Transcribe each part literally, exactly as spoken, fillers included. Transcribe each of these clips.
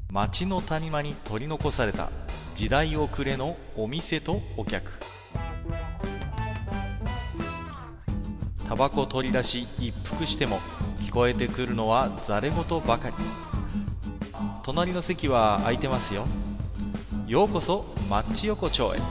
町の谷間に取り残された時代遅れのお店とお客。タバコ取り出し一服しても聞こえてくるのはざれ言ばかり。隣の席は空いてますよ。ようこそマッチ横丁へ。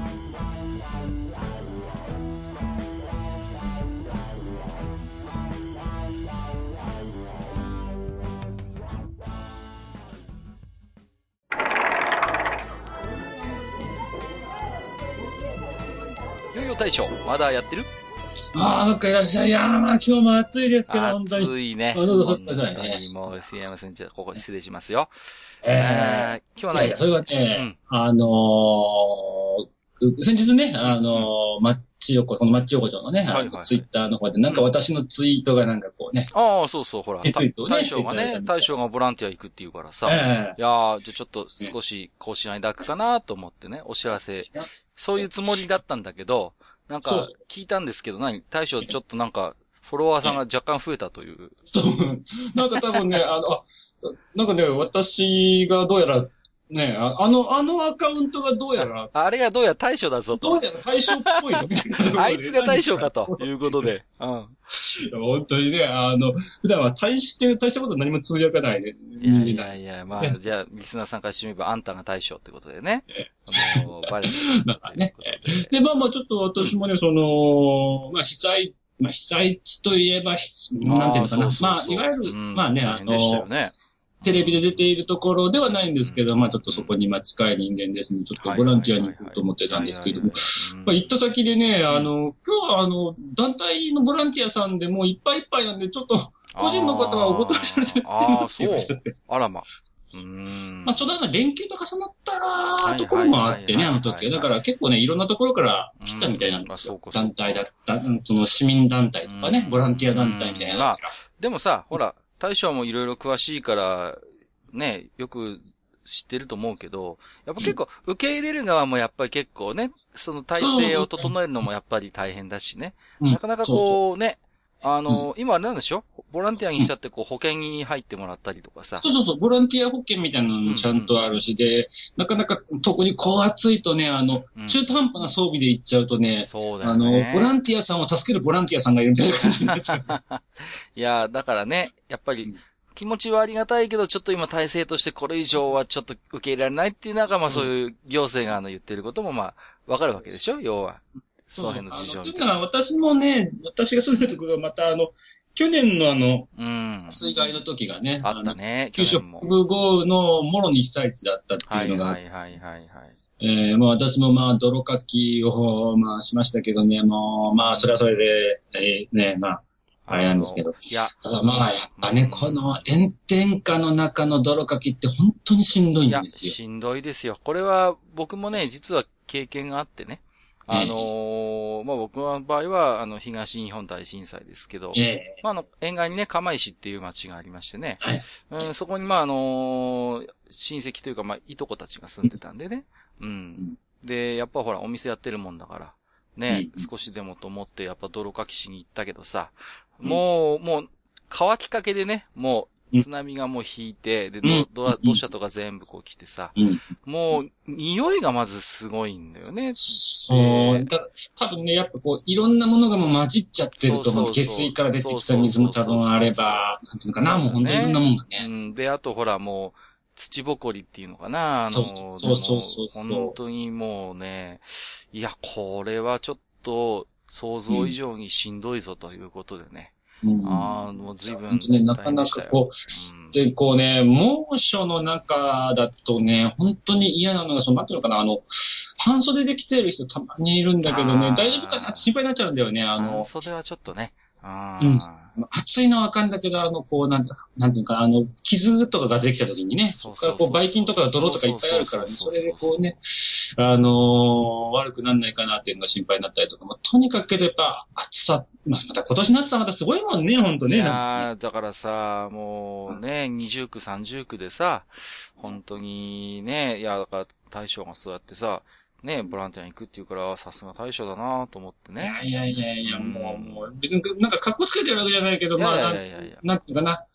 よいよ大将、まだやってる？ ああ、なんかいらっしゃい。いやー、まあ今日も暑いですけど、本当に。 暑いね。 あ、どうぞ、そうくださいね。 もう、すいません。じゃあ、ここ失礼しますよ。 ええー、今日は何？ いやいや、それはね、うん、あのー、先日ね、あのー、マッチ横、このマッチ横丁のね、はいはいはい、ツイッターの方で、なんか私のツイートがなんかこうね。 うん、ああ、そうそう、ほら。 ツイートをね、 大将がね、大将がボランティア行くって言うからさ。 えー、 いやー、じゃあちょっと少し更新間空くかなと思ってね、お知らせ。そういうつもりだったんだけど、なんか、聞いたんですけど、何？大将ちょっとなんか、フォロワーさんが若干増えたという。 そう。なんか多分ね、あの、あ、なんかね、私がどうやら、ね、ああの、あのアカウントがどうやら。 あ, あれがどうやら大将だぞと。 どうやら大将っぽいぞ、みたいな。 あいつが大将かということで。うん。 本当にね、あの、普段は大して、大したこと何もつぶやかないね。 いやいやいや、まあ、じゃあ、リスナーさんからしてみれば、あんたが大将ってことでね。ええ、もう、バレてる。 なんかね。で、まあまあ、ちょっと私もね、うん、その、まあ、被災、まあ、被災地といえば、なんていうのかな。そうそうそう、まあ、いわゆる、うん、まあね、あの、ね、テレビで出ているところではないんですけど、うん、まあちょっとそこにまあ近い人間ですね、ちょっとボランティアに行こうと思ってたんですけども、まあ行った先でね、あの、今日はあの、団体のボランティアさんでもういっぱいいっぱいなんで、ちょっと個人の方はお断りされてますって言って。 あらま。うーん。 まあちょうど連休と重なったところもあってね、あの時。だから結構ね、いろんなところから来たみたいなんですよ。団体だった、その市民団体とかね、ボランティア団体みたいなやつが。 でもさ、ほら、大将もいろいろ詳しいから、ね、よく知ってると思うけど、やっぱ結構、受け入れる側もやっぱり結構ね、その体制を整えるのもやっぱり大変だしね。うん、なかなかこうね、あの、うん、今あれなんでしょ？ボランティアにしたってこう保険に入ってもらったりとかさ。 そうそうそう、ボランティア保険みたいなのもちゃんとあるし、うんうん、で、なかなか特にこう暑いとね、あの、うん、中途半端な装備で行っちゃうとね、 そうだよね、 あの、ボランティアさんを助けるボランティアさんがいるみたいな感じになっちゃう。 いや、だからね、やっぱり、うん、気持ちはありがたいけど、ちょっと今体制としてこれ以上はちょっと受け入れられないっていう中、まあそういう行政があの言ってることもまあ、わかるわけでしょ、要は。その辺の事情みたいな。 というのは私のね、私が住んでるところがまたあの、去年のあの、うん、水害の時がね、 あったね、 九州北部豪雨のもろに被災地だったっていうのが、 はいはいはいはい、はい。 えー、まあ私もまあ泥かきをまあしましたけどね、もうまあそれはそれで、えー、ね、まあ、あれなんですけど。いや。ただまあやっぱね、うん、この炎天下の中の泥かきって本当にしんどいんですよ。 いや、しんどいですよ。これは僕もね、実は経験があってね。あのー、まあ、僕の場合は、あの、東日本大震災ですけど、ええ、まあ、あの、沿岸にね、釜石っていう町がありましてね、はいうん、そこに、まあ、あのー、親戚というか、まあ、いとこたちが住んでたんでね、うん。うん、で、やっぱほら、お店やってるもんだから、ね、うん、少しでもと思って、やっぱ泥かきしに行ったけどさ、もう、もう、乾きかけでね、もう、津波がもう引いて、で、ど、ど、土砂とか全部こう来てさ、うん、もう、匂いがまずすごいんだよね。 そう。だ多分ね、やっぱこう、いろんなものがもう混じっちゃってると思う。下水から出てきた水も多分あれば、なんていうのかな、もう本当にいろんなもんがね。 うん。で、あとほらもう、土ぼこりっていうのかな、あの、 そうそうそうそうそう本当にもうね、いや、これはちょっと、想像以上にしんどいぞということでね。うん、ああ、もう随分。 本当ね、なかなかこう、うん、で、こうね、猛暑の中だとね、本当に嫌なのが、その、なんていうのかな、あの、半袖で来てる人たまにいるんだけどね、大丈夫かなって心配になっちゃうんだよね、あの。 半袖はちょっとね。 あうん。暑いのはわかんだけど、あの、こう、なん、なんていうか、あの、傷とかが出てきた時にね、そこからこう、ばい菌とか泥とかいっぱいあるからね、それでこうね、あのー、悪くなんないかなっていうのが心配になったりとか、まあ、とにかくやっぱ暑さ、まあ、また今年の暑さまたすごいもんね、ほんとね。 いやー、だからさ、もうね、にじゅうく、さんじゅうくでさ、本当にね、いや、だから大将がそうやってさ、ね、ボランティアに行くっていうから、さすが大将だなと思ってね。 いやいやいやいや、もう、もう、別になんか格好つけてるわけじゃないけど、まあ、なんていうかな。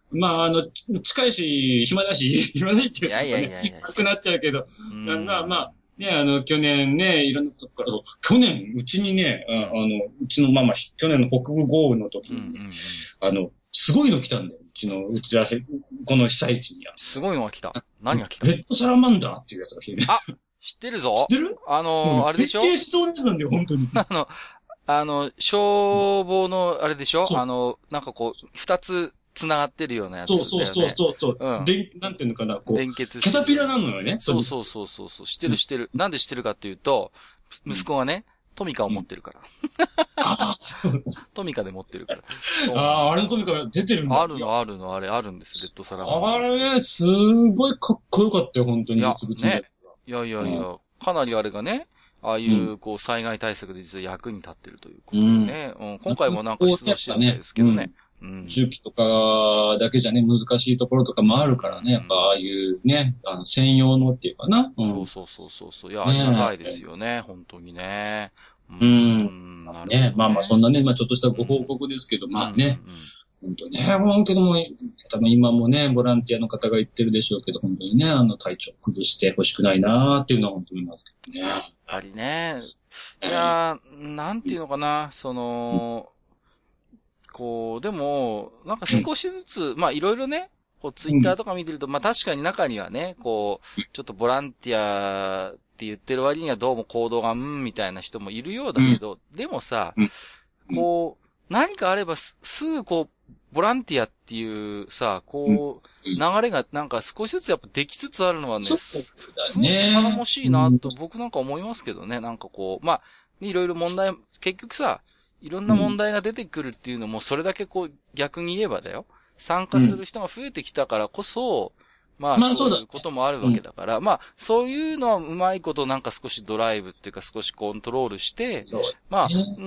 まあ、あの、近いし、暇だし、暇だしって言うとね、 いやいやいやいや。 なくなっちゃうけど、まあまあ、ね、あの、去年ね、いろんなとこから、去年、うちにね、ああの、うちの、まあまあ、去年の北部豪雨の時に、ね、うんうんうん、あの、すごいの来たんだよ。うちの、うちら、この被災地には。 すごいのが来た。何が来た？ レッドサラマンダーっていうやつが来てね。 あ、知ってるぞ。 知ってる？ あのー、あれでしょ？ 徹底しそうなやつなんだよ、本当に。 あの、あの、消防の、あれでしょ？あの、なんかこう、二つ繋がってるようなやつだよね。 そうそうそうそう。うん。で、なんていうのかな、こう。連結キャタピラなのよね。 そうそうそうそうそう。知ってる知ってる。なんで知ってるかっていうと、息子がね、トミカを持ってるから。 ああ、そう。 トミカで持ってるから。 ああ、あれのトミカ出てるんだ。 あるのあるの、あれあるんです、レッドサラマンダー。 あれ、すごいかっこよかったよ、本当に。 いや、ね。いやいやいや、かなりあれがね、ああいう、こう、災害対策で実は役に立ってるということでね。うん、今回もなんか出動してるんですけどね。 うん、重機とかだけじゃね、難しいところとかもあるからね、やっぱああいうね、あの専用のっていうかな。 うん、そうそうそうそうそう。いや、ありがたいですよね、本当にね。 うん。うんなるほどね。ね。まあまあそんなね、まあちょっとしたご報告ですけど、うん、まあね。うんうん本当ね、思うけども、多分今もね、ボランティアの方が言ってるでしょうけど、本当にね、あの体調崩してほしくないなーっていうのは本当に思いますけどね。やっぱりね。いやー、なんていうのかな、その、こう、でも、なんか少しずつ、まあいろいろね、こうツイッターとか見てると、まあ確かに中にはね、こう、ちょっとボランティアって言ってる割にはどうも行動が、うんみたいな人もいるようだけど、でもさ、こう、何かあればす、すぐこう、ボランティアっていうさ、こう、流れがなんか少しずつやっぱできつつあるのはね、すごく頼もしいなと僕なんか思いますけどね、なんかこう、まあ、いろいろ問題、結局さ、いろんな問題が出てくるっていうのもそれだけこう逆に言えばだよ。参加する人が増えてきたからこそ、まあそういうこともあるわけだから、まあそういうのはうまいことなんか少しドライブっていうか少しコントロールして、まあ、うん、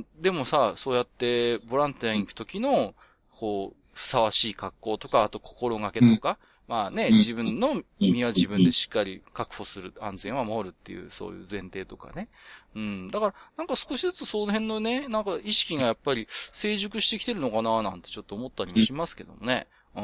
でもさ、そうやってボランティアに行くときの、こう、ふさわしい格好とか、あと心がけとか、まあね、自分の身は自分でしっかり確保する、安全は守るっていう、そういう前提とかね。うん。だから、なんか少しずつその辺のね、なんか意識がやっぱり成熟してきてるのかななんてちょっと思ったりもしますけどもね。うん。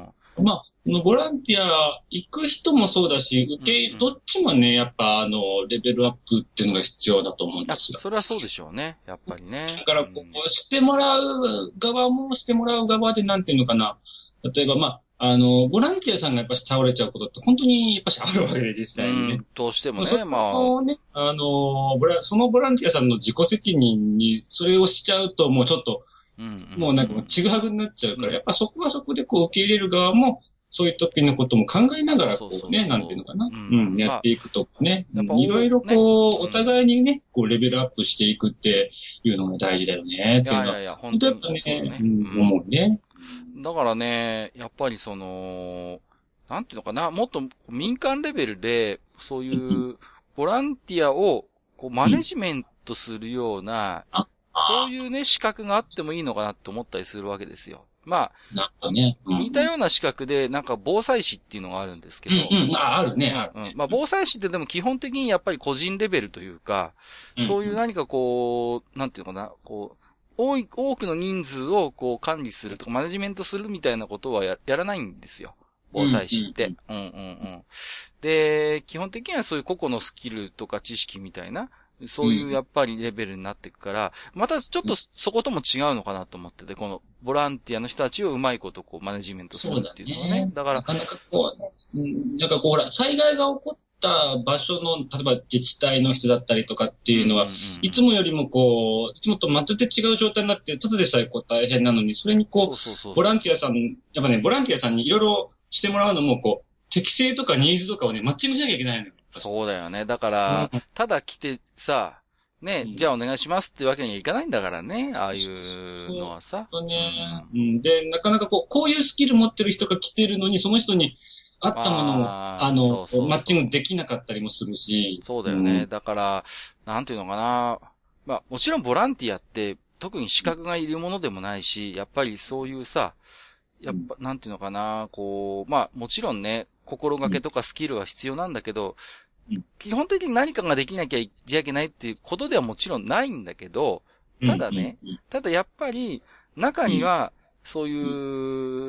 まあ、そのボランティア行く人もそうだし、受け、うんうん、どっちもね、やっぱあの、レベルアップっていうのが必要だと思うんですよ。 それはそうでしょうね。やっぱりね。 だから、こう、してもらう側もしてもらう側でなんていうのかな。例えば、まあ、あの、ボランティアさんがやっぱし倒れちゃうことって本当にやっぱしあるわけで、実際にね。うん、 どうしてもね、 そまあ。ね、あのボラ、そのボランティアさんの自己責任に、それをしちゃうともうちょっと、うんうんうん、もうなんかちぐはぐになっちゃうから、うん、やっぱそこはそこでこう受け入れる側も、そういう時のことも考えながら、こうね、なんていうのかな。うん、うん、やっていくとね。まあ、いろいろこう、ね、お互いにね、こう、レベルアップしていくっていうのが大事だよね、っていうのは。いやいやいや、本当にやっぱね、ねうん、思うね。 だからね、やっぱりその、なんていうのかな、もっと民間レベルで、そういうボランティアをこうマネジメントするような、うん、そういうね、資格があってもいいのかなって思ったりするわけですよ。まあ、ねうん、似たような資格で、なんか防災士っていうのがあるんですけど。 うんうん、あ、あるね。 うんうん。まあ防災士ってでも基本的にやっぱり個人レベルというか、うんうん、そういう何かこう、なんていうのかな、こう、多い、多くの人数をこう管理するとか、マネジメントするみたいなことはや、やらないんですよ。防災士って。うんうんうん。で、基本的にはそういう個々のスキルとか知識みたいな、そういうやっぱりレベルになっていくから、またちょっとそことも違うのかなと思ってて、このボランティアの人たちをうまいことこうマネジメントするっていうのはね。ねだから。 なかなかこう、なんかこうほら、災害が起こった場所の、例えば自治体の人だったりとかっていうのは、うんうんうん、いつもよりもこう、いつもと全く違う状態になって、ただでさえこう大変なのに、それにこう、そうそうそうそうボランティアさん、やっぱね、ボランティアさんにいろいろしてもらうのも、こう、適性とかニーズとかをね、マッチングしなきゃいけないのよ。 そうだよね。だから、うん、ただ来てさ、ね、うん、じゃあお願いしますってわけにはいかないんだからね、ああいうのはさ。 そうね、うん。で、なかなかこう、こういうスキル持ってる人が来てるのに、その人に合ったものを、あ, あのそうそうそう、マッチングできなかったりもするし。 そうだよね。うん、だから、なんていうのかな。まあ、もちろんボランティアって、特に資格がいるものでもないし、やっぱりそういうさ、やっぱ、なんていうのかな、こう、まあ、もちろんね、心がけとかスキルは必要なんだけど、うん、基本的に何かができなきゃいけないっていうことではもちろんないんだけど、ただね、ただやっぱり、中には、 そういう、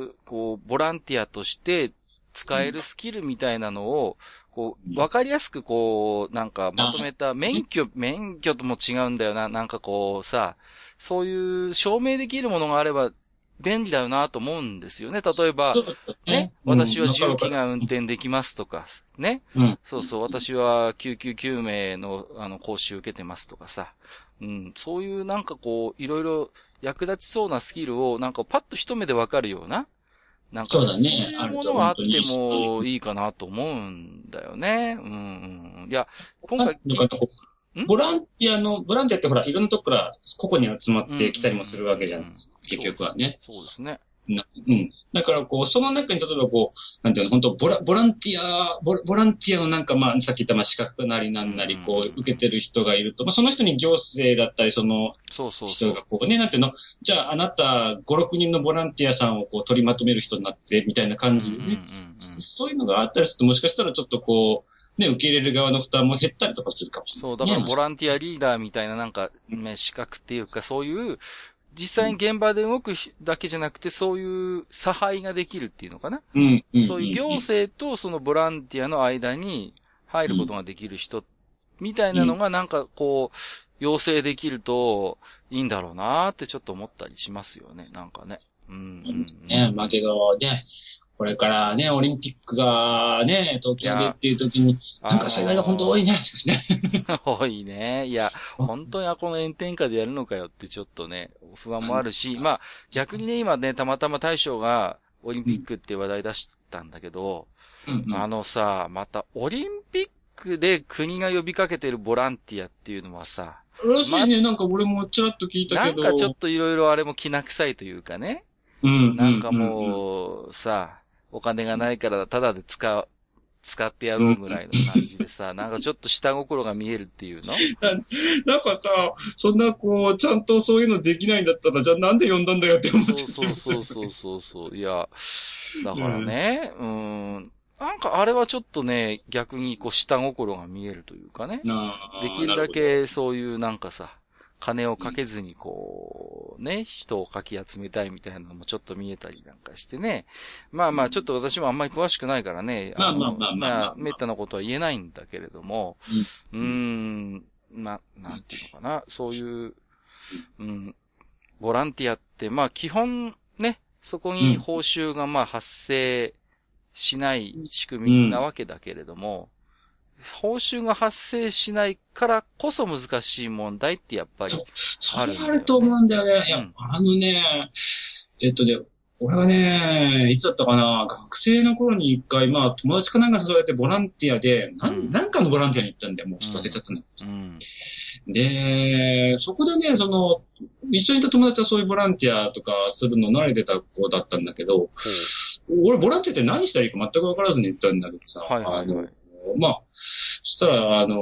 こう、ボランティアとして使えるスキルみたいなのを、こう、わかりやすくこう、なんかまとめた免許、免許とも違うんだよな。なんかこうさ、そういう証明できるものがあれば便利だよなと思うんですよね。例えば、ね、私は重機が運転できますとか、ね。そうそう、私は救急救命の、あの、講習受けてますとかさ。うん、そういうなんかこう、いろいろ役立ちそうなスキルをなんかパッと一目でわかるような、なんかそういうものがあってもいいかなと思うんだよね。うん、うん。いや、今回、 ボランティアの、ボランティアってほら、いろんなとこから個々に集まってきたりもするわけじゃないですか。結局はね。 そうですね。 なうん。だからこう、その中に例えばこう、なんていうの、本当ボラ、ボランティア、ボラ、ボランティアのなんかまあ、さっき言ったまあ、資格なりなんなり、こう、受けてる人がいると、まあ、その人に行政だったり、その、 そうそう人がこうね、なんていうの、じゃああなたご、ろくにんのボランティアさんをこう取りまとめる人になって、みたいな感じでね、そういうのがあったりすると、もしかしたらちょっとこう、ね、受け入れる側の負担も減ったりとかするかもしれない、 そう、だからボランティアリーダーみたいななんか、ね、資格っていうか、そういう、実際に現場で動くだけじゃなくて、そういう差配ができるっていうのかな。うん。そういう行政とそのボランティアの間に入ることができる人、みたいなのがなんかこう、要請できるといいんだろうなーってちょっと思ったりしますよね、なんかね。うん、うん。 ね、まあけどね、これからね、オリンピックがね、東京でっていう時に、なんか災害が本当多いね。 多いね。いや、本当にこの炎天下でやるのかよってちょっとね、不安もあるし、まあ逆にね、今ね、たまたま大将がオリンピックって話題出したんだけど、うんうん、あのさ、またオリンピックで国が呼びかけてるボランティアっていうのはさ、 らしいね、ま、なんか俺もちらっと聞いたけど。 なんかちょっといろいろあれもきな臭いというかね。うん。なんかもう、さ、お金がないからただで使う、使ってやろうぐらいの感じでさ、なんかちょっと下心が見えるっていうのな, なんかさ、そんなこう、ちゃんとそういうのできないんだったら、じゃあなんで呼んだんだよって思って。 そうそうそうそうそう。いや、だからね、うん、ん。なんかあれはちょっとね、逆にこう下心が見えるというかね。できるだけそういうなんかさ、金をかけずにこう、ね、人をかき集めたいみたいなのもちょっと見えたりなんかしてね。まあまあ、ちょっと私もあんまり詳しくないからね。 まあまあまあまあ。 めったなことは言えないんだけれども、うーん、まあ、なんていうのかな。そういう、うん、ボランティアって、まあ基本ね、そこに報酬がまあ発生しない仕組みなわけだけれども、報酬が発生しないからこそ難しい問題ってやっぱりあるんだよね。 それあると思うんだよね。いや、うん、あのね、えっとね、俺はね、いつだったかな、学生の頃に一回、まあ友達かなんか誘われてボランティアで、なん、うん、なんかのボランティアに行ったんだよ。もうちょっと忘れちゃったんだけど。うんうんで、そこでね、その、一緒にいた友達はそういうボランティアとかするの慣れてた子だったんだけど、うん、俺ボランティアって何したらいいか全く分からずに言ったんだけどさ、はいはいはい、あのまあ、そしたら、あの、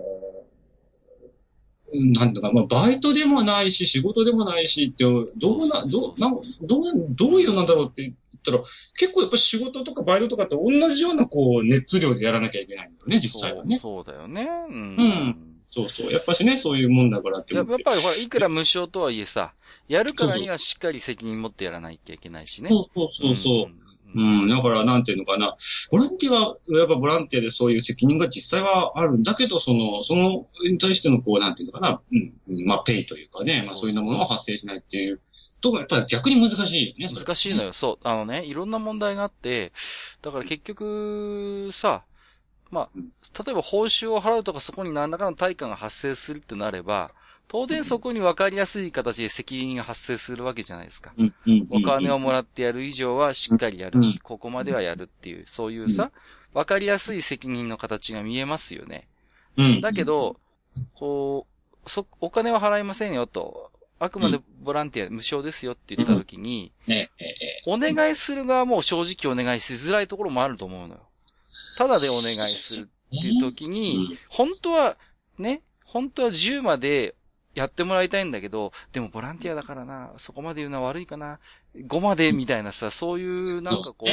なんだか、まあ、バイトでもないし、仕事でもないしって、どうな、どう、なん、どう、どういうのなんだろうって言ったら、結構やっぱ仕事とかバイトとかって同じようなこう、熱量でやらなきゃいけないんだよね、実際はね。 そう、そうだよね。うん。 うんそうそう。やっぱしね、そういうもんだからってやっぱりほら、いくら無償とはいえさ、やるからにはしっかり責任持ってやらないといけないしね。 そうそうそうそう。うん、うん。だからなんていうのかな。ボランティアは、やっぱボランティアでそういう責任が実際はあるんだけど、その、そのに対してのこう、なんていうのかな。うん。まあ、ペイというかね。まあ、そういうものが発生しないっていう。とか、やっぱり逆に難しいね。 難しいのよ。そう。あのね、いろんな問題があって、だから結局、さ、まあ、例えば報酬を払うとかそこに何らかの対価が発生するってなれば、当然そこに分かりやすい形で責任が発生するわけじゃないですか。お金をもらってやる以上はしっかりやる。ここまではやるっていう、そういうさ、分かりやすい責任の形が見えますよね。だけど、こう、そ、お金は払いませんよと。あくまでボランティア無償ですよって言ったときに、お願いする側も正直お願いしづらいところもあると思うのよ。ただでお願いするっていう時に、本当は、ね、本当はじゅうまでやってもらいたいんだけど、でもボランティアだからな、そこまで言うのは悪いかな、ごまでみたいなさ、そういうなんかこう、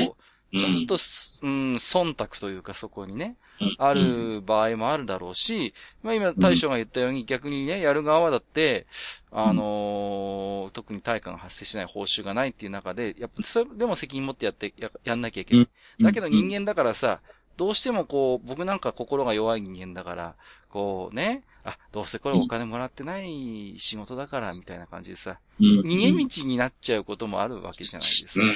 ちょっと、うん、忖度というかそこにね、ある場合もあるだろうし、まあ今大将が言ったように逆にね、やる側だって、あのー、特に対価が発生しない報酬がないっていう中で、やっぱそれでも責任持ってやってや、やんなきゃいけない。だけど人間だからさ、どうしてもこう、僕なんか心が弱い人間だから、こうね、あ、どうせこれお金もらってない仕事だから、みたいな感じでさ、逃げ道になっちゃうこともあるわけじゃないですか。うん。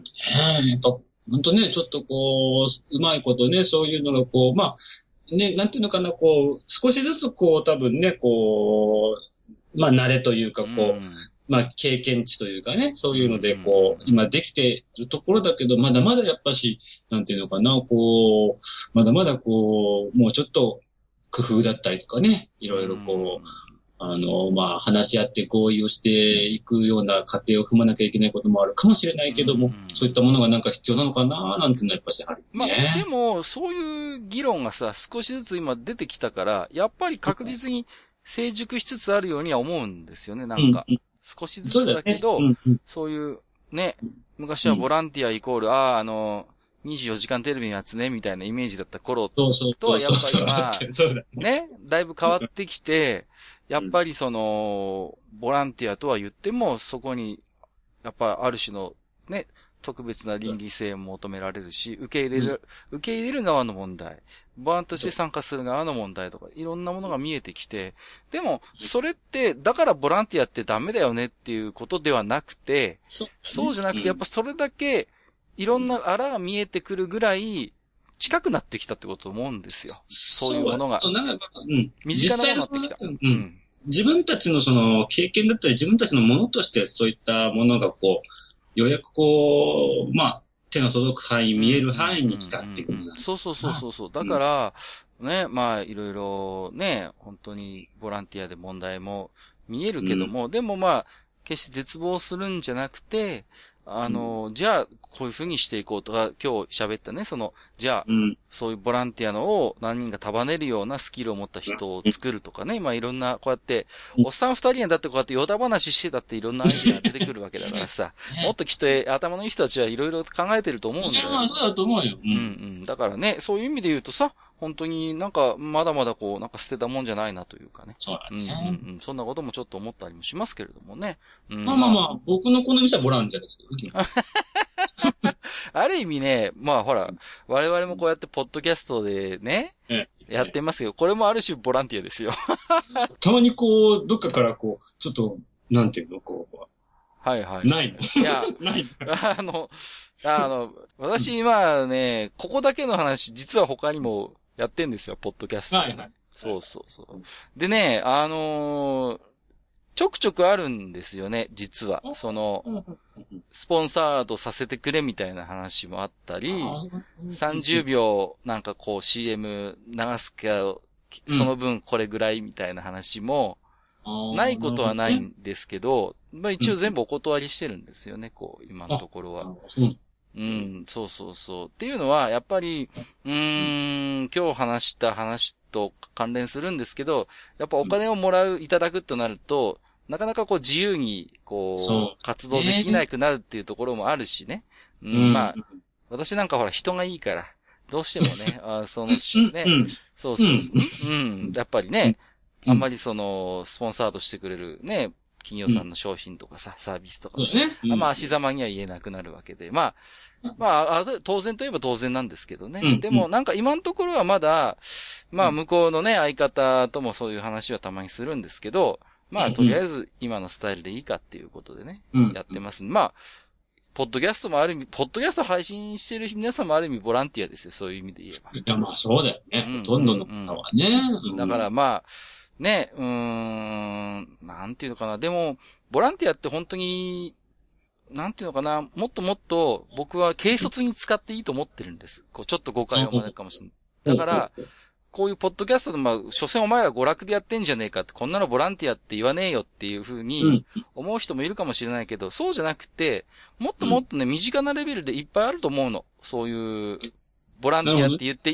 やっぱ、本当ね、ちょっとこう、うまいことね、そういうのがこう、まあ、ね、なんていうのかな、こう、少しずつこう、多分ね、こう、まあ、慣れというか、こう、うん、まあ、経験値というかね、そういうので、こう、今できてるところだけど、まだまだやっぱし、なんていうのかな、こう、まだまだこう、もうちょっと工夫だったりとかね、いろいろこう、あの、まあ、話し合って合意をしていくような過程を踏まなきゃいけないこともあるかもしれないけども、うん、そういったものがなんか必要なのかななんていうのはやっぱしある、ね。 まあ、でも、そういう議論がさ、少しずつ今出てきたから、やっぱり確実に成熟しつつあるようには思うんですよね、なんか。うん、少しずつだけど、そう、ねうん、そういう、ね、昔はボランティアイコール、うん、ああ、あの、にじゅうよじかんテレビのやつね、みたいなイメージだった頃とは、やっぱりまあ、ね、だいぶ変わってきて、やっぱりその、ボランティアとは言っても、そこに、やっぱある種の、ね、特別な倫理性を求められるし、受け入れる、受け入れる側の問題、ボランティアとして参加する側の問題とか、いろんなものが見えてきて、でも、それって、だからボランティアってダメだよねっていうことではなくて、そうじゃなくて、やっぱそれだけ、いろんなあらが見えてくるぐらい、近くなってきたってことと思うんですよ。そういうものが。そう、なんか、うん。身近なものになってきた。うん。うん、 自分たちのその経験だったり、自分たちのものとしてそういったものがこう、ようやくこう、まあ、手の届く範囲、見える範囲に来たっていうことだ、ね。 そうそうそうそうそう。だから、うん、ね、まあ、いろいろね、本当にボランティアで問題も見えるけども、うん、でもまあ、決して絶望するんじゃなくて、あの、うん、じゃあ、こういう風にしていこうとか、今日喋ったね、その、じゃあ、うん、そういうボランティアのを何人か束ねるようなスキルを持った人を作るとかね、うん、まあいろんな、こうやって、おっさん二人にだってこうやってヨダ話してたっていろんなアイデアが出てくるわけだからさ、もっときっと頭のいい人たちはいろいろ考えてると思うんだよ。 いや、まあそうだと思うよ。 うん、うん。だからね、そういう意味で言うとさ、本当になんか、まだまだこう、なんか捨てたもんじゃないなというかね。 そうだね。 うんうんうん。そんなこともちょっと思ったりもしますけれどもね。 うん、まあまあまあ、僕のこの店はボランティアですけどね。 ある意味ね、まあほら、我々もこうやってポッドキャストでね、ええ、やってますけど、これもある種ボランティアですよ。 たまにこう、どっかからこう、ちょっと、なんていうの、こう。 はいはい。 ないいや、ない。あの、あの、私今ね、ここだけの話、実は他にもやってんですよ、ポッドキャスト。 はいはい。 そうそうそう。でね、あのー、ちょくちょくあるんですよね、実は。その、スポンサードさせてくれみたいな話もあったり、さんじゅうびょうなんかこう シーエム 流すか、その分これぐらいみたいな話も、ないことはないんですけど、まあ一応全部お断りしてるんですよね、こう、今のところは。うん、そうそうそう。っていうのは、やっぱり、うーん、今日話した話と関連するんですけど、やっぱお金をもらう、いただくとなると、なかなかこう自由に、こう、活動できなくなるっていうところもあるしね。うん、まあ、私なんかほら人がいいから、どうしてもね、あその、ね、そうそうそう、うん、やっぱりね、あんまりその、スポンサードしてくれるね、企業さんの商品とかさ、サービスとかさ、ね、まあ足ざまには言えなくなるわけで、まあ、まあ、当然といえば当然なんですけどね。うん、でもなんか今のところはまだ、まあ向こうのね、相方ともそういう話はたまにするんですけど、まあとりあえず今のスタイルでいいかっていうことでね、うん、やってます。まあ、ポッドキャストもある意味、ポッドキャスト配信してる皆さんもある意味ボランティアですよ、そういう意味で言えば。 いやまあそうだよね。うん、ほとんどの方はね。 うん、だからまあ、ね、うーん、なんていうのかな。でも、ボランティアって本当に、なんていうのかな。もっともっと僕は軽率に使っていいと思ってるんです。こう、ちょっと誤解を招くかもしれない。だから、こういうポッドキャストで、まあ、所詮お前ら娯楽でやってんじゃねえかって、こんなのボランティアって言わねえよっていうふうに思う人もいるかもしれないけど、そうじゃなくて、もっともっとね、身近なレベルでいっぱいあると思うの。そういう、ボランティアって言っていい、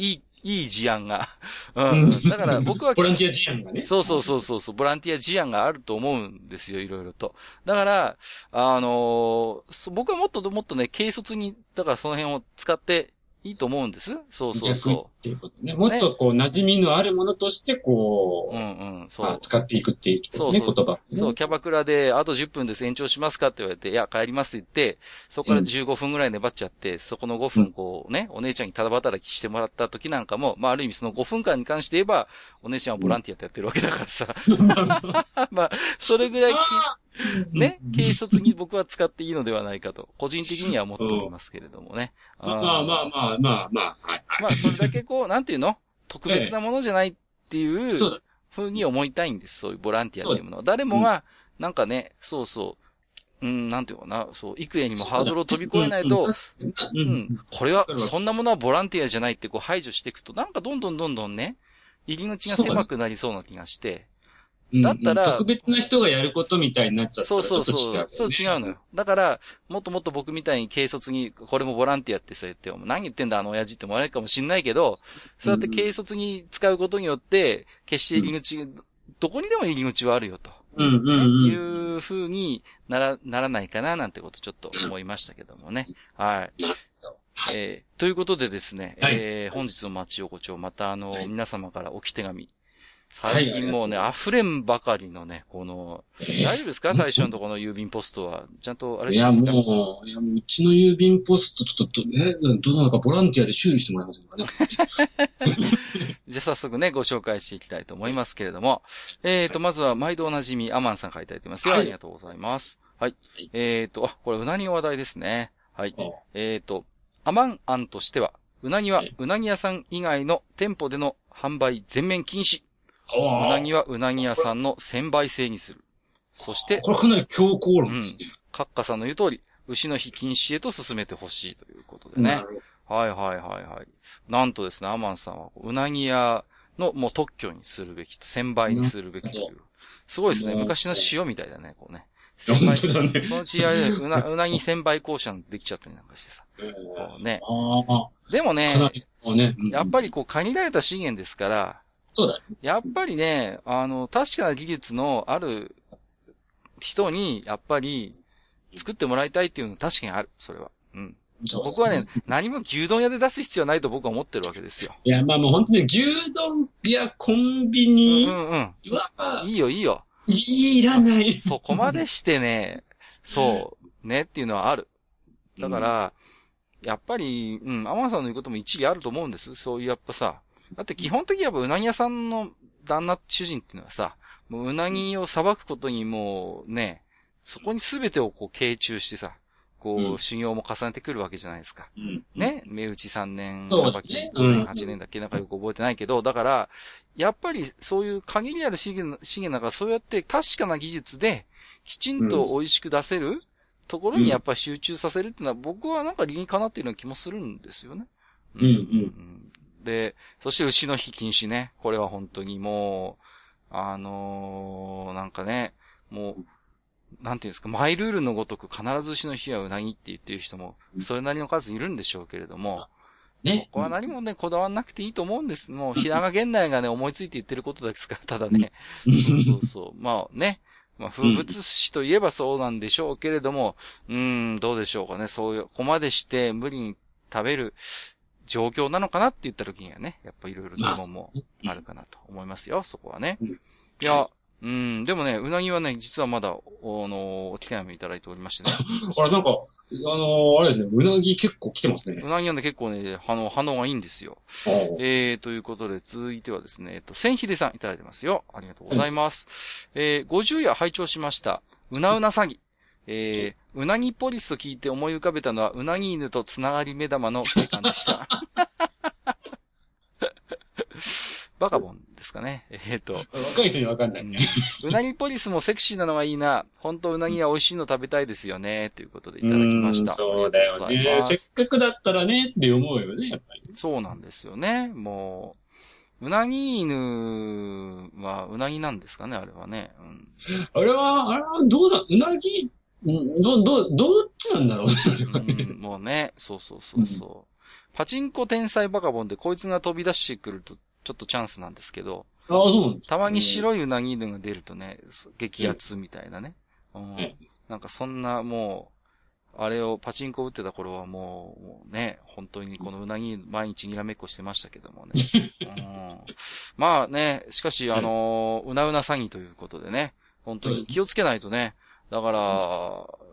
いい事案が。うん。だから僕は、 ボランティア事案がね。 そうそうそうそう、ボランティア事案があると思うんですよ、いろいろと。だから、あのー、僕はもっともっとね、軽率に、だからその辺を使っていいと思うんです。そうそうそう。 っていうことね。もっとこう、馴染みのあるものとして、こう、 うんうん、そう、 まあ。使っていくっていう、ね、そうそう言葉、 ね。そう、キャバクラで、あとじゅっぷんです延長しますかって言われて、いや、帰りますって言って、そこからじゅうごふんぐらい粘っちゃって、うん、そこのごふんこうね、お姉ちゃんにただ働きしてもらった時なんかも、まあある意味そのごふんかんに関して言えば、お姉ちゃんはボランティアってやってるわけだからさ。うん、まあ、それぐらい、ね、軽率に僕は使っていいのではないかと、個人的には思っておりますけれどもね。 まあまあまあまあまあまあ、はい、はい。 まあ、それだけこう、なんていうの特別なものじゃないっていう、ふうに思いたいんです。そういうボランティアっていうものは。誰もが、なんかね、そうそう、うん、なんていうかな、そう、幾重にもハードルを飛び越えないと、うん、これは、そんなものはボランティアじゃないってこう排除していくと、なんかどんどんどんどんね、入り口が狭くなりそうな気がして、だったら、 特別な人がやることみたいになっちゃったらちょっと違う、ね。そうそうそう。 そう違うのよ。だから、もっともっと僕みたいに軽率に、これもボランティアってさ言って、何言ってんだあの親父って思われるかもしんないけど、そうやって軽率に使うことによって、決して入り口、うん、どこにでも入り口はあるよと。 うんうんうん。 いう風になら、ならないかななんてことちょっと思いましたけどもね。はい。はい、えー、ということでですね、はい、えー、本日の町横丁、またあの、はい、皆様から置き手紙、最近もうね、溢れんばかりのね、この、大丈夫ですか大将のところの郵便ポストは。ちゃんとあれしますか。 いや、もう、いや、うちの郵便ポスト、ちょっと、え、どうなのかボランティアで修理してもらえませんかね。 じゃあ早速ね、ご紹介していきたいと思いますけれども。えっと、まずは毎度おなじみ、アマンさんからいただいてますよ。はい、ありがとうございます。はい。はい、えっと、あ、これうなぎの話題ですね。はい。えっと、アマン案としては、うなぎはうなぎ屋さん以外の店舗での販売全面禁止。うなぎはうなぎ屋さんの専売制にする。そして、 これかなり強硬論ですね。 うん。カッカさんの言う通り、牛の日禁止へと進めてほしいということでね。はいはいはいはい。なんとですね、アマンさんは、うなぎ屋のもう特許にするべきと、専売にするべきという。すごいですね。昔の塩みたいだね、こうね。 本当だね。 そのうちあれ、うな、うなぎ専売公社できちゃったりなんかしてさ。こうね。でもね、やっぱりこう限られた資源ですから、 そうだね。 やっぱりね、あの、確かな技術のある人に、やっぱり、作ってもらいたいっていうのは確かにある。それは。うん。僕はね、何も牛丼屋で出す必要はないと僕は思ってるわけですよ。 いや、まあもう本当に牛丼やコンビニ。 うんうん。 うわいいよいいよ。 いらない。 そこまでしてね、そう、ねっていうのはある。だから、うん、やっぱり、うん、アマンさんの言うことも一理あると思うんです。そういうやっぱさ、だって基本的にやっぱうなぎ屋さんの旦那、主人っていうのはさ、もううなぎをさばくことにもうね、そこに全てをこう傾注してさ、こう、うん、修行も重ねてくるわけじゃないですか。うん、ね、目打ちさんねん、さばきごねん、はちねんだっけなんかよく覚えてないけど、だから、やっぱりそういう限りある資源、資源だからそうやって確かな技術で、きちんと美味しく出せるところにやっぱり集中させるっていうのは、僕はなんか理にかなっていうような気もするんですよね。 うんうんうんで、そして牛の日禁止ね。これは本当にもう、あのー、なんかね、もう、なんていうんですか、マイルールのごとく必ず牛の日はうなぎって言ってる人も、それなりの数いるんでしょうけれども、ね。ここは何もね、こだわんなくていいと思うんです。もう、平賀源内がね、思いついて言ってることですから、ただね。そうそうそう。まあね、まあ、風物詩といえばそうなんでしょうけれども、うーん、どうでしょうかね。そういう、ここまでして無理に食べる、状況なのかなって言った時にはね、やっぱいろいろ疑問もあるかなと思いますよ、そこはね。いや、うん、でもね、うなぎはね、実はまだ、あの、お手紙いただいておりましてね。 あれ、なんか、あの、あれですね、うなぎ結構来てますね。 うなぎはね、結構ね、あの、反応がいいんですよ。えー、ということで、続いてはですね、えっと、千秀さんいただいてますよ。ありがとうございます。うん、えー、ごじゅう夜拝聴しました。うなうな詐欺。えー、うなぎポリスと聞いて思い浮かべたのは、うなぎ犬とつながり目玉の警官でした。バカボンですかね。えっ、ー、と。 若い人にわかんないね。 うなぎポリスもセクシーなのがいいな。本当うなぎは美味しいの食べたいですよね。ということでいただきました。 そうだよね。せっかくだったらねって思うよね、やっぱり。 そうなんですよね。もう、うなぎ犬はうなぎなんですかね、あれはね。うん、 あれは、あれはどうだ、うなぎど、ど、どっちなんだろうね。 うん、もうね、そうそうそうそう。 パチンコ天才バカボンでこいつが飛び出してくると、ちょっとチャンスなんですけど。 ああ、そうなんです。 たまに白いうなぎ犬が出るとね、激アツみたいなね。うん。なんかそんなもう、あれをパチンコ打ってた頃はもう、もうね、本当にこのうなぎ毎日にらめっこしてましたけどもね。うん、まあね、しかしあのー、うなうな詐欺ということでね、本当に気をつけないとね、だから、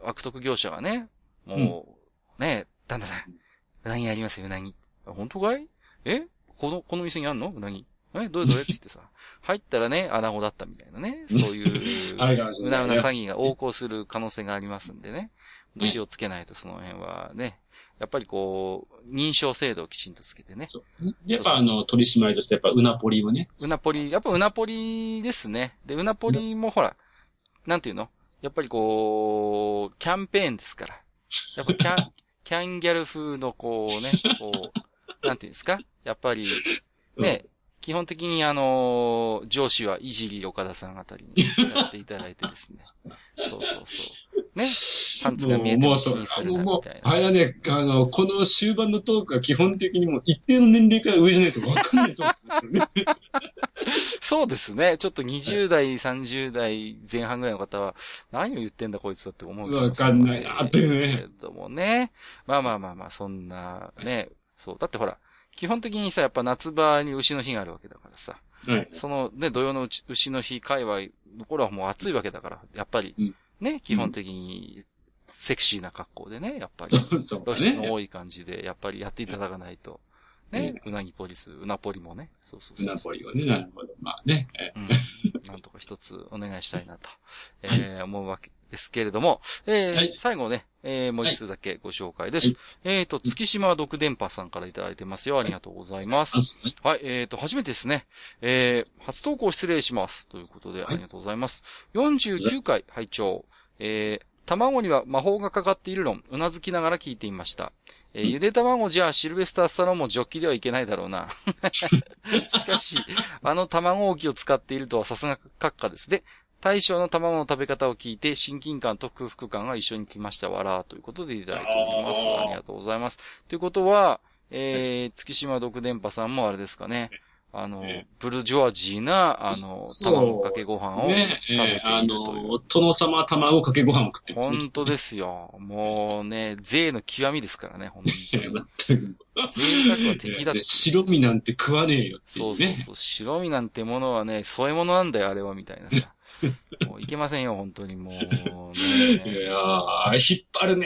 悪徳業者がね、もう、ね、旦那さん、うなぎありますよ、うなぎ。本当かい？えこの、この店にあんのうなぎ。えどれどれって言ってさ、入ったらね、穴子だったみたいなね、そういう、うなうな詐欺が横行する可能性がありますんでね、気をつけないとその辺はね、やっぱりこう、認証制度をきちんとつけてね。そう。 やっぱあの、取り締まりとしてやっぱうなポリをね。 うなポリ、やっぱうなポリですね。で、うなポリもほら、なんていうの？やっぱりこう、キャンペーンですから。やっぱキャン、キャンギャル風のこうね、こう、なんていうんですか？やっぱり、ね、基本的にあの、上司はいじり岡田さんあたりにやっていただいてですね。そうそうそう。ね。パンツが見えても気にするなみたいな。 あれだね、あの、この終盤のトークは基本的にもう一定の年齢から上じゃないと分かんないと思うんですよね。 そうですね。ちょっとにじゅう代、さんじゅう代前半ぐらいの方は、何を言ってんだこいつだって思うかもしれませんけれどもね。わかんないなってね。けれどもね。まあまあまあまあ、そんなね。そう。だってほら、基本的にさ、やっぱ夏場に牛の日があるわけだからさ。はい、そのね、土曜の牛の日界隈の頃はもう暑いわけだから、やっぱり、ね、うん、基本的にセクシーな格好でね、やっぱり、露出の多い感じで、やっぱりやっていただかないと。ね、うん、うなぎポリス、うなポリもね。そうそうそう。 うなポリをね、なるほど。まあね。 うん。なんとか一つお願いしたいなと、えーはい、思うわけですけれども、えーはい、最後ね、えー、もう一つだけご紹介です。はい、えっ、ー、と、月島独電波さんからいただいてますよ。ありがとうございます。はい、はい、えっ、ー、と、初めてですね。えー、初投稿失礼します。ということで、ありがとうございます。よんじゅうきゅうかい拝聴。えー、卵には魔法がかかっている論、うなずきながら聞いていました。えー、ゆで卵じゃあシルベスタースタローンもジョッキではいけないだろうな。しかし、あの卵置きを使っているとはさすが閣下ですね。大将の卵の食べ方を聞いて親近感と空腹感が一緒に来ましたわらということでいただいております。ありがとうございます。ということは、えー、月島独電波さんもあれですかね。あの、ブルジョワジーな、あの、卵かけご飯を食べているという。ね、 あの、殿様卵かけご飯を食ってる、 ね。本当ですよ。もうね、税の極みですからね、本当に。贅沢は敵だって。 白身なんて食わねえよっていう、 ね。そうそうそう。白身なんてものはね、添え物なんだよ、あれは、みたいなさ。もういけませんよ、本当にもう、ね。 いやー、引っ張るね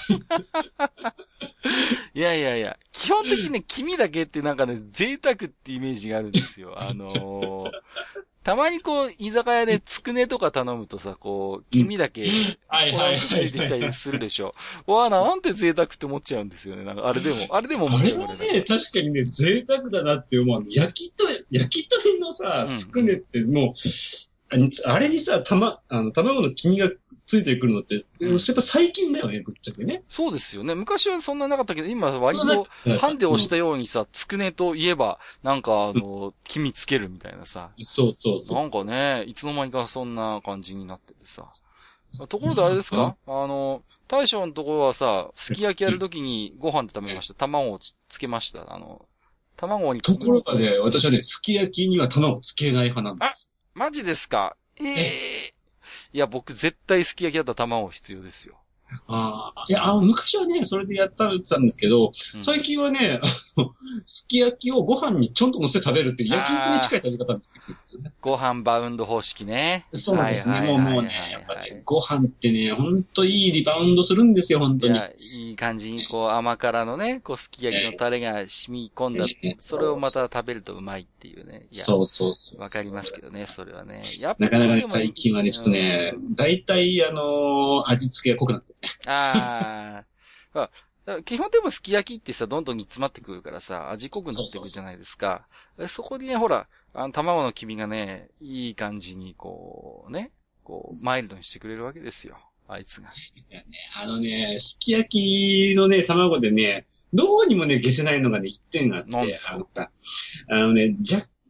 いやいやいや、基本的にね、黄身だけってなんかね、贅沢ってイメージがあるんですよ。あのー、たまにこう、居酒屋でつくねとか頼むとさ、こう、黄身だけ、はいはい。ついてきたりするでしょ。わあ、なんて贅沢って思っちゃうんですよね。なんか、あれでも、あれでも思っちゃうあれはね、確かにね、贅沢だなって思う。焼きと、焼き鳥のさ、つくねってもう、うん、あれにさ、たま、あの、卵の黄身がついてくるのって、うん、やっぱ最近だよね、ぶっちゃけね。 そうですよね。昔はそんななかったけど、今割と、ハンデをしたようにさ、つくねといえば、なんかあの、黄身つけるみたいなさ。 そうそうそう。 なんかね、いつの間にかそんな感じになっててさ。ところであれですかあの、大将のところはさ、すき焼きやるときにご飯で食べました。卵をつけました。あの、卵に。 ところがね、私はね、すき焼きには卵つけない派なんです。 あ、マジですかええー。いや、僕絶対すき焼きだったら卵必要ですよ。 ああ。いや、あの、昔はね、それでやったんですけど、うん、最近はね、あの、すき焼きをご飯にちょんと乗せて食べるっていう焼肉に近い食べ方になってくるんですよね。 ご飯バウンド方式ね。 そうですね。もうもうね、やっぱね、ご飯ってね、ほんといいリバウンドするんですよ、本当に。いや、 いい感じに、こう、甘辛のね、こう、すき焼きのタレが染み込んだ、えー、それをまた食べるとうまいっていうね。いやそうそうそう。 わかりますけどね、それはね。やっぱなかなかね、最近はね、ちょっとね、大体、あのー、味付けが濃くなってね。 ああ。基本でもすき焼きってさ、どんどん煮詰まってくるからさ、味濃くなってくるじゃないですか。そうそうそう。そこにね、ほら、あの、卵の黄身がね、いい感じに、こう、ね、こう、マイルドにしてくれるわけですよ。あいつが。 いやね、あのね、すき焼きのね、卵でね、どうにもね、消せないのがね、一点があって、あの、あのね、じゃ、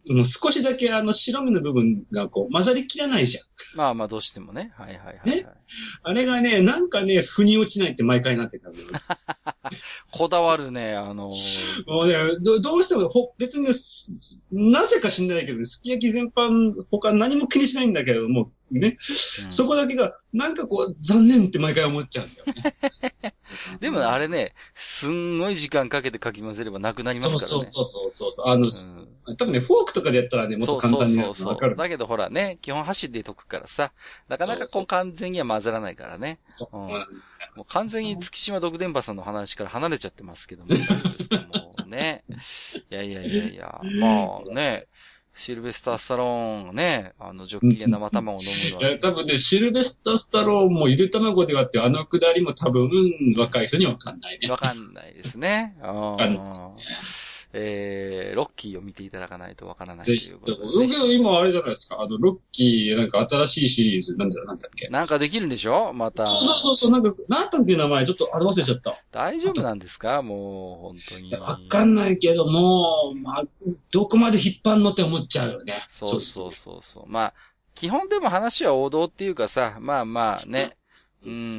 もう少しだけあの白身の部分がこう混ざりきらないじゃん。 まあまあどうしてもね。はいはいはい、はい。 ね。あれがね、なんかね、腑に落ちないって毎回なってたんだよね。 こだわるね、あのー。 もうね、ど, どうしてもほ、別にね、なぜか知んないけど、ね、すき焼き全般、他何も気にしないんだけども、ね、うん、そこだけが、なんかこう、残念って毎回思っちゃうんだよね。 でもあれね、すんごい時間かけてかき混ぜればなくなりますからね。 そうそうそうそうそう。あの、うん、多分ね、フォークとかでやったらね、もっと簡単にわかる。そうそうそう。 だけどほらね、基本箸で溶くからさ、なかなかこう完全には混ざらないからね。そうそう。うん、もう完全に月島独電波さんの話から離れちゃってますけども。もうね。いやいやいやいや、まあね。シルベスター・スタローンね、あの、ジョッキで生卵を飲むのは。 いや、多分ね、シルベスター・スタローンもゆで卵で割って、あのくだりも多分、若い人にはわかんないね。 わかんないですね。あえー、ロッキーを見ていただかないとわからないということで、 ね。今あれじゃないですか、あの、ロッキー、なんか新しいシリーズ、なんだ、なんだっけ。 なんかできるんでしょまた。 そうそうそう、なんか、なんだっけ名前、ちょっと、あれ忘れちゃった。 大丈夫なんですかもう、本当に。 わかんないけど、もう、まあ、どこまで引っ張んのって思っちゃうよね。 そうそうそうそう。まあ、基本でも話は王道っていうかさ、まあまあね。うんうんうん。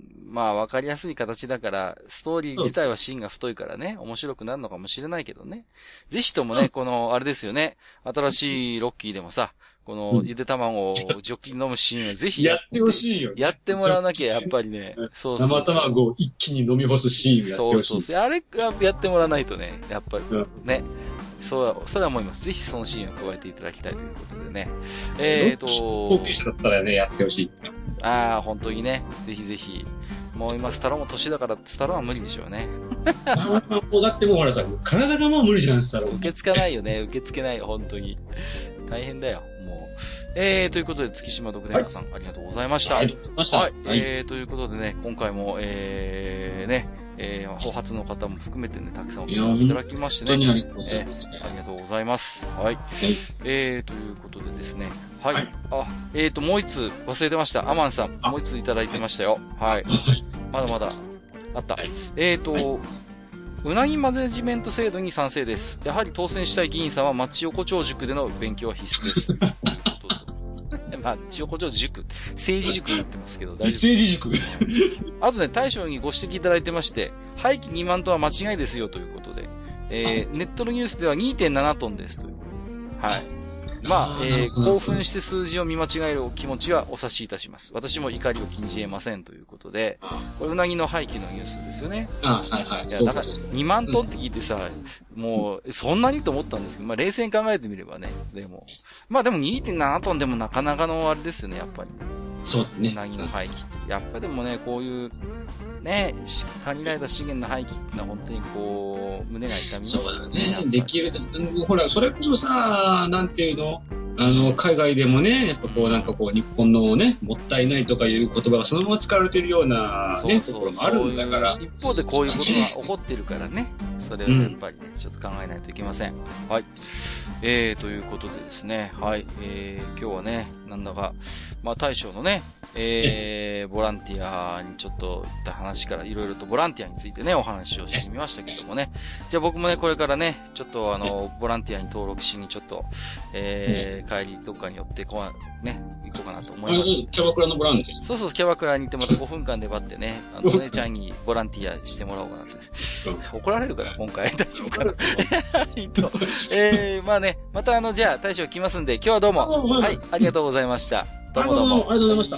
まあわかりやすい形だから、ストーリー自体は芯が太いからね、面白くなるのかもしれないけどね。ぜひともね、うん、この、あれですよね、新しいロッキーでもさ、このゆで卵をジョッキに飲むシーンをぜひやってほしいよ、ね。 やってもらわなきゃやっぱりね、 そうそうそう。生卵を一気に飲み干すシーンをやってほしい。 そうそうそう。あれやってもらわないとね、やっぱりね。うんそう、それは思います。ぜひそのシーンを加えていただきたいということでね。えっ、ー、と、 高級者だったらね、やってほしい。 ああ、本当にね。ぜひぜひ。もう今、スタローンも年だから、スタローンは無理でしょうね。 もうだってもうほらさ、体がもう無理じゃん、スタローン。 受け付けないよね。受け付けないよ、本当に。大変だよ、もう。えー、ということで、月島独電さん、はい、ありがとうございました。 ありがとうございました。 はい。はい、えー、ということでね、今回も、えー、ね、えー、後発の方も含めてね、たくさんお付き合いいただきましてね。 本当にありがとうございます、 ねえー。ありがとうございます。はい。はい、えー、ということでですね。はい。はい、あ、えーと、もう一つ忘れてました。アマンさん、もう一ついただいてましたよ。はい。まだまだ、あった。はい、えーと、はい、うなぎマネジメント制度に賛成です。やはり当選したい議員さんはマッチ横丁塾での勉強は必須です。まあ、横丁塾、政治塾になってますけど、大丈夫。 政治塾あとね、大将にご指摘いただいてまして、廃棄にまんトンは間違いですよということで、えー、ネットのニュースでは にてんななトンですということで。はい。まあ、えー、興奮して数字を見間違えるお気持ちはお察しいたします。私も怒りを禁じ得ませんということで、これうなぎの廃棄のニュースですよね。 あはいはい。 いや、だからにまんトンって聞いてさ、うん、もう、そんなにと思ったんですけど、まあ冷静に考えてみればね、でも。まあでも にてんななトンでもなかなかのあれですよね、やっぱり。 そうだね。 うなぎの廃棄って。やっぱでもね、こういう、ね、限られた資源の廃棄ってのは本当にこう、胸が痛みますよね。 そうだね。できる。ほら、それこそさ、なんていうのあの、海外でもね、やっぱこうなんかこう日本のね、もったいないとかいう言葉がそのまま使われているようなね、ところもあるんだから。 一方でこういうことが起こってるからね、それをやっぱりね、うん、ちょっと考えないといけません。はい。えー、ということでですね、はい、えー、今日はね、なんだか、まあ大将のね、えー、ボランティアにちょっと言った話からいろいろとボランティアについてね、お話をしてみましたけどもね。じゃあ僕もね、これからね、ちょっとあの、ボランティアに登録しにちょっと、えー、帰りどっかに寄ってこう、ね、行こうかなと思います。 キャバクラのボランティアそうそう、キャバクラに行ってまたごふんかんで待ってね、あの、お姉ちゃんにボランティアしてもらおうかなと。怒られるかな、今回。大丈夫かな。えー、まあね、またあの、じゃあ大将来ますんで、今日はどうも、はい、ありがとうございました。どうもどうも。 ありがとうございました。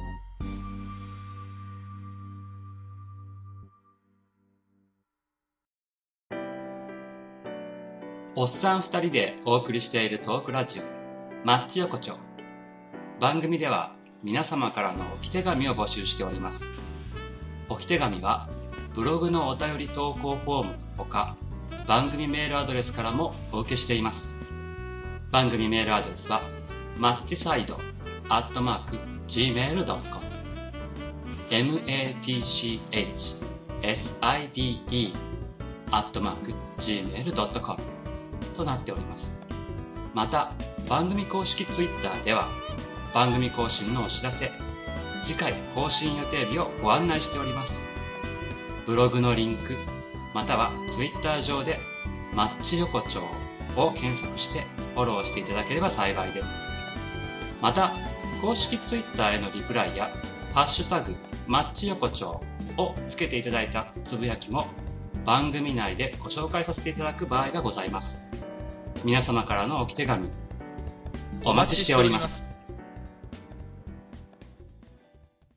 おっさん二人でお送りしているトークラジオ、マッチ横丁。番組では皆様からの置き手紙を募集しております。置き手紙はブログのお便り投稿フォームのほか、番組メールアドレスからもお受けしています。番組メールアドレスはマッチサイドアットマーク ジーメールドットコム マッチサイド アットマーク ジーメールドットコム となっております。また番組公式ツイッターでは番組更新のお知らせ、次回更新予定日をご案内しております。ブログのリンクまたはツイッター上でマッチ横丁を検索してフォローしていただければ幸いです。また、公式ツイッターへのリプライや、ハッシュタグ、マッチ横丁をつけていただいたつぶやきも番組内でご紹介させていただく場合がございます。皆様からの置き手紙、お待ちしております。